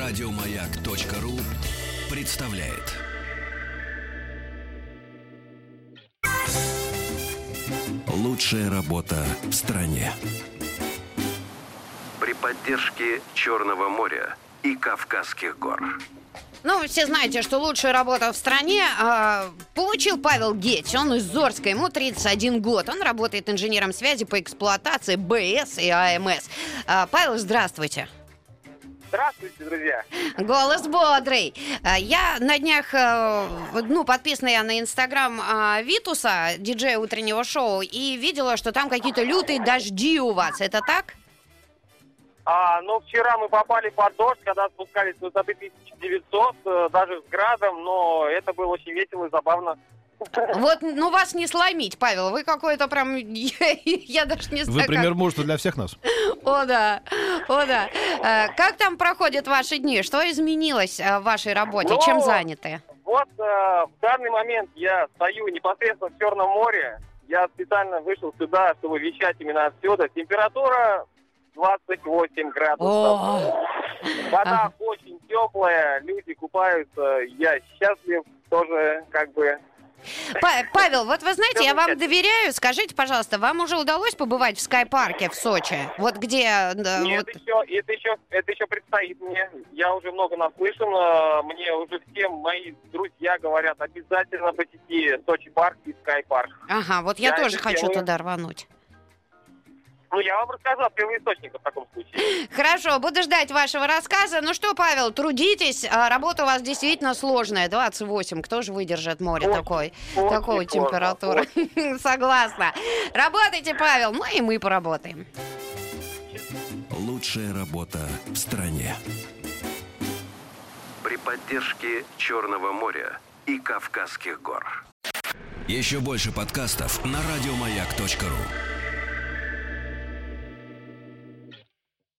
Радиомаяк.ру представляет. Лучшая работа в стране. При поддержке Черного моря и Кавказских гор. Ну, вы все знаете, что лучшая работа в стране получил Павел Гетч. Он из Зорска, ему 31 год. Он работает инженером связи по эксплуатации БС и АМС. Павел, здравствуйте. Здравствуйте, друзья. Голос бодрый. Я на днях, подписана я на инстаграм Витуса, диджея утреннего шоу, и видела, что там какие-то лютые дожди у вас. Это так? Вчера мы попали под дождь, когда спускались с высоты 1900, даже с градом, но это было очень весело и забавно. Вот, вас не сломить, Павел, вы какой-то прям, я даже не знаю. Вы пример мужества для всех нас. О да. Как там проходят ваши дни? Что изменилось в вашей работе? Чем заняты? Вот в данный момент я стою непосредственно в Черном море. Я специально вышел сюда, чтобы вещать именно отсюда. Температура 28 градусов. Вода очень теплая, люди купаются. Я счастлив тоже, Павел, вот вы знаете, я вам доверяю. Скажите, пожалуйста, вам уже удалось побывать в скай-парке в Сочи? Вот где... Нет, это еще предстоит мне. Я уже много наслышан. Мне уже все мои друзья говорят, обязательно посети Сочи-парк и скай-парк. Ага, вот я тоже хочу туда рвануть. Я вам рассказал первоисточник в таком случае. Хорошо, буду ждать вашего рассказа. Ну что, Павел, трудитесь. Работа у вас действительно сложная. 28. Кто же выдержит море такой температуры? Согласна. Работайте, Павел. Ну и мы поработаем. Лучшая работа в стране. При поддержке Черного моря и Кавказских гор. Еще больше подкастов на радиомаяк.ру.